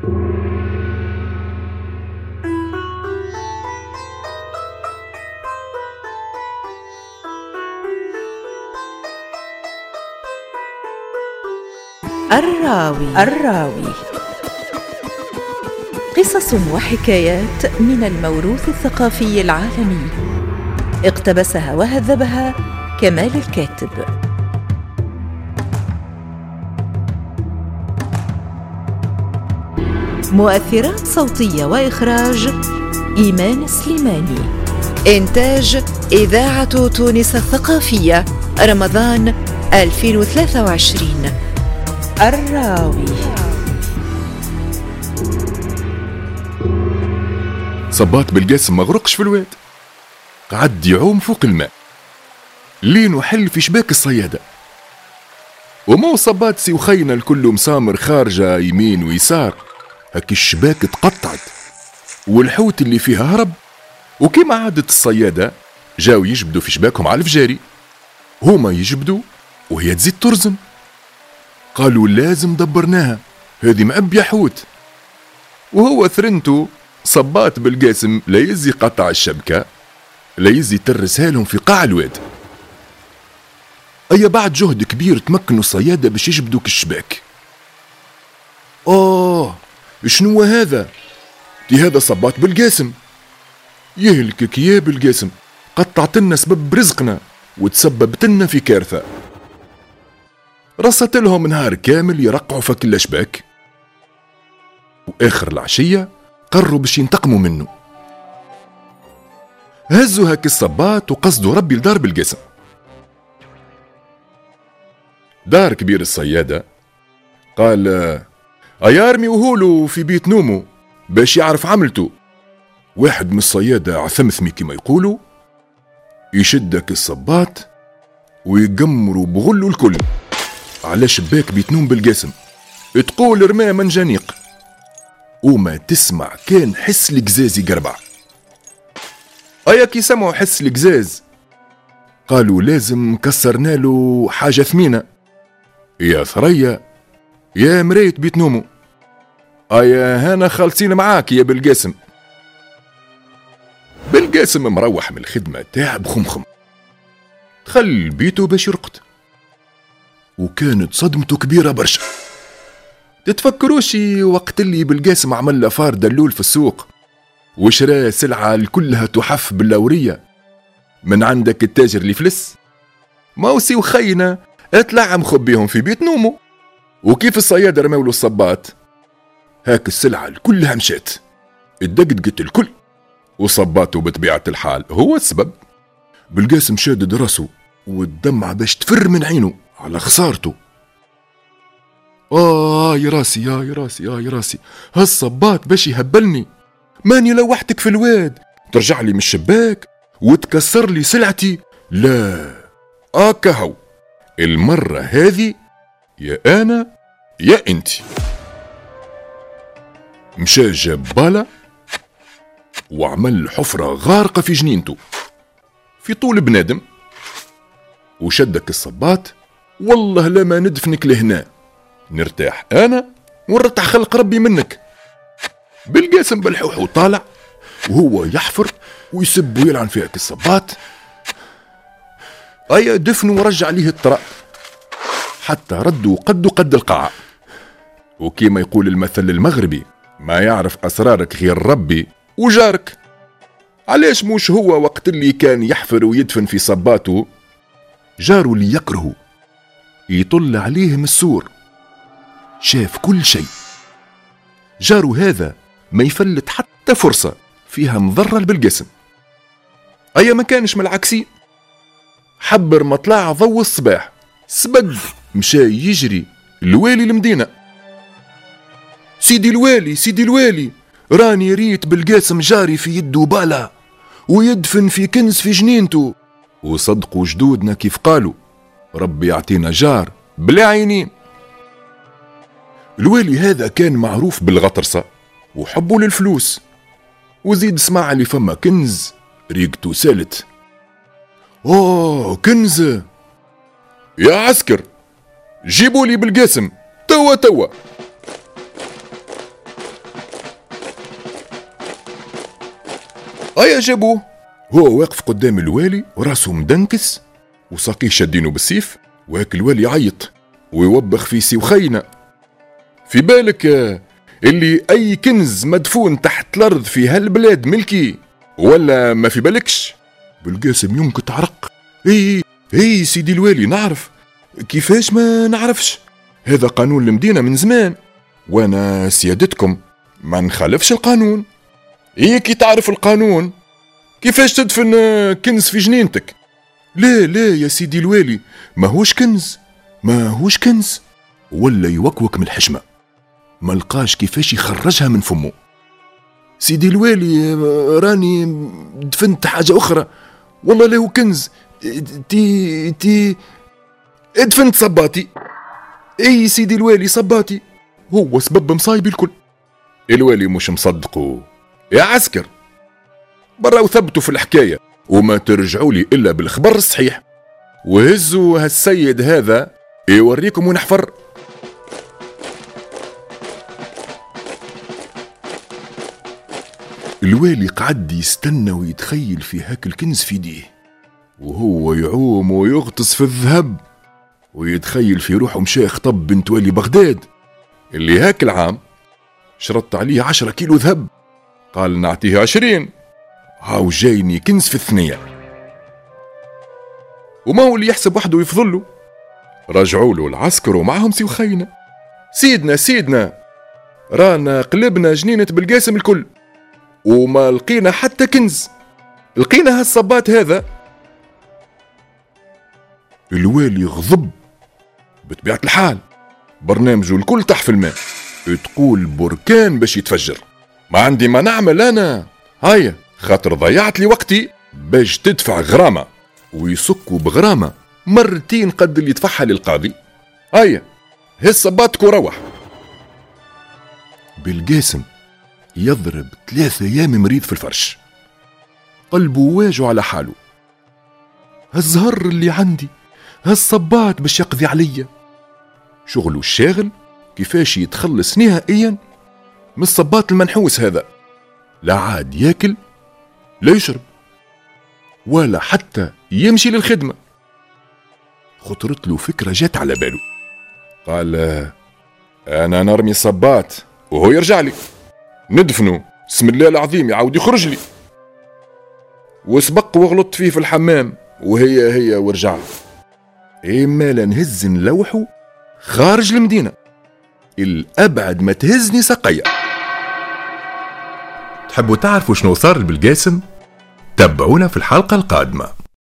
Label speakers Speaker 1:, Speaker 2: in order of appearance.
Speaker 1: الراوي قصص وحكايات من الموروث الثقافي العالمي، اقتبسها وهذبها كمال الكاتب. مؤثرات صوتية وإخراج إيمان سليماني. إنتاج إذاعة تونس الثقافية، رمضان 2023. الراوي.
Speaker 2: صبات بالقاسم ما غرقش في الواد، قعد يعوم فوق الماء لين وحل في شباك الصيادة. ومو صبات سي وخينا الكل مسامر خارجة يمين ويسار، هكي الشباك تقطعت والحوت اللي فيها هرب. وكما عادة الصيادة جاو يجبدوا في شباكهم على الفجاري، هما يجبدوا وهي تزيد ترزم. قالوا لازم دبرناها، هذه معبية حوت. وهو ثرنتو صبات بالقاسم لا يزي قطع الشبكة لا يزي ترسها لهم في قاع الواد. أي بعد جهد كبير تمكنوا الصيادة باش يجبدوا كالشباك. شنو هذا؟ هذا صبات بالقاسم. يهلكك يا بالقاسم، قطعتلنا سبب رزقنا وتسببتلنا في كارثة. رصت لهم نهار كامل يرقعوا فك الأشباك، وآخر العشية قرروا باش ينتقموا منه. هزوا هاك الصبات وقصدوا ربي لدار بالقاسم. دار كبير الصيادة قال أيارمي وهولو في بيت نومو باش يعرف عملته. واحد من الصيادة عثمثمي كما يقولوا يشدك الصبات ويقمروا بغلوا الكل على شباك بيت نوم بالقاسم. تقول رماه منجنيق وما تسمع كان حس القزاز يقربع. أيا كي سمعوا حس القزاز قالوا لازم كسرنا له حاجة ثمينة. يا ثريا يا مراية بيت نومو، أيا هانا خالصين معاك يا بالقاسم. بالقاسم مروح من الخدمة تعب خمخم، دخل بيته باش يرقد، وكانت صدمته كبيرة برشا. تتفكروش وقت اللي بالقاسم عمل له فار دلول في السوق وشرى سلعة كلها تحف باللورية من عندك التاجر اللي فلس؟ موسي وخينا اطلع مخبيهم في بيت نومه. وكيف الصيادة رماولو الصبات هاك السلعة كلها مشات اتدقدقت الكل، وصباته بطبيعة الحال هو السبب. بالقاسم شادد راسه والدمعة باش تفر من عينه على خسارته. يا راسي يا راسي يا راسي، هالصبات باش يهبلني، ماني لوحتك في الواد ترجع لي من الشباك وتكسر لي سلعتي. لا كهو المرة هذه يا أنا يا أنتي. مشى جاب بالا وعمل حفرة غارقة في جنينته في طول بنادم، وشدك الصبات والله لما ندفنك لهنا نرتاح أنا ونرتاح خلق ربي منك. بالقاسم بالحوح وطالع وهو يحفر ويسب ويلعن فيك الصبات. أيا دفنوا ورجع ليه الطرق حتى ردوا قد القاعة. وكيما يقول المثل المغربي ما يعرف أسرارك غير ربي وجارك. علاش موش هو وقت اللي كان يحفر ويدفن في صباته جارو اللي يكرهه يطل عليه من السور شاف كل شيء. جارو هذا ما يفلت حتى فرصة فيها مضرة بالقسم. أيا ما كانش من العكسي، حبر مطلع ضوء الصباح سبق مشى يجري الوالي المدينة. سيدي الوالي سيدي الوالي، راني ريت بالقاسم جاري في يده بالا ويدفن في كنز في جنينته. وصدقوا جدودنا كيف قالوا ربي يعطينا جار بلا عينين. الوالي هذا كان معروف بالغطرسة وحبه للفلوس، وزيد سمع اللي فما كنز ريقته سالت. كنز يا عسكر جيبوا لي بالقاسم توا. أيا جابوه، هو واقف قدام الوالي وراسه مدنكس وساقيه شادينه بالسيف، وهاك الوالي يعيط ويوبخ في سيوخينا. في بالك اللي أي كنز مدفون تحت الأرض في هالبلاد ملكي ولا ما في بالكش؟ بالقاسم ينكت عرق. اي سيدي الوالي نعرف، كيفاش ما نعرفش؟ هذا قانون المدينة من زمان، وانا سيادتكم ما نخالفش القانون. كي تعرف القانون كيفاش تدفن كنز في جنينتك؟ لا يا سيدي الوالي، ماهوش كنز. ولا يوكوك من الحشمة، ما لقاش كيفاش يخرجها من فمه. سيدي الوالي راني دفنت حاجة أخرى، والله لا هو كنز. تي دفنت صباتي. اي سيدي الوالي صباتي، هو سبب مصايبي الكل. الوالي مش مصدقه يا عسكر، برا وثبتوا في الحكاية وما ترجعوا لي إلا بالخبر الصحيح، وهزوا هالسيد هذا يوريكم وين حفر. الوالي قعد يستنى ويتخيل في هاك الكنز في يديه، وهو يعوم ويغطس في الذهب، ويتخيل في روحه مشى خطب بنت والي بغداد اللي هاك العام شرط عليه 10 كيلو ذهب، قال نعطيه 20، هاو جايني كنز في الثنية. وما هو اللي يحسب وحده ويفضله. رجعوا له العسكر ومعهم سيوخينا. سيدنا رانا قلبنا جنينة بالقاسم الكل وما لقينا حتى كنز، لقينا هالصبات هذا. الوالي غضب بطبيعة الحال، برنامجه الكل تحت في الماء، تقول بركان باش يتفجر. ما عندي ما نعمل أنا، هيا خاطر ضيعت لي وقتي باش تدفع غرامة، ويسكوا بغرامة مرتين قد اللي يدفعها للقاضي. هيا هز صباتك وروح. بالقاسم يضرب 3 أيام مريض في الفرش، قلبه واجع على حاله. هالزهر اللي عندي، هالصبات باش يقضي عليا. شغله الشاغل كيفاش يتخلص نهائيا من الصبات المنحوس هذا، لا عاد ياكل لا يشرب ولا حتى يمشي للخدمة. خطرت له فكرة جات على باله، قال أنا نرمي الصبات وهو يرجع لي، ندفنه بسم الله العظيم يعاود يخرج لي. وسبق وغلط فيه في الحمام وهي ورجع لي. إما لنهز نلوحه خارج المدينة، الأبعد ما تهزني سقيا.
Speaker 3: تحبوا تعرفوا شنو صار بالقاسم؟ تابعونا في الحلقة القادمة.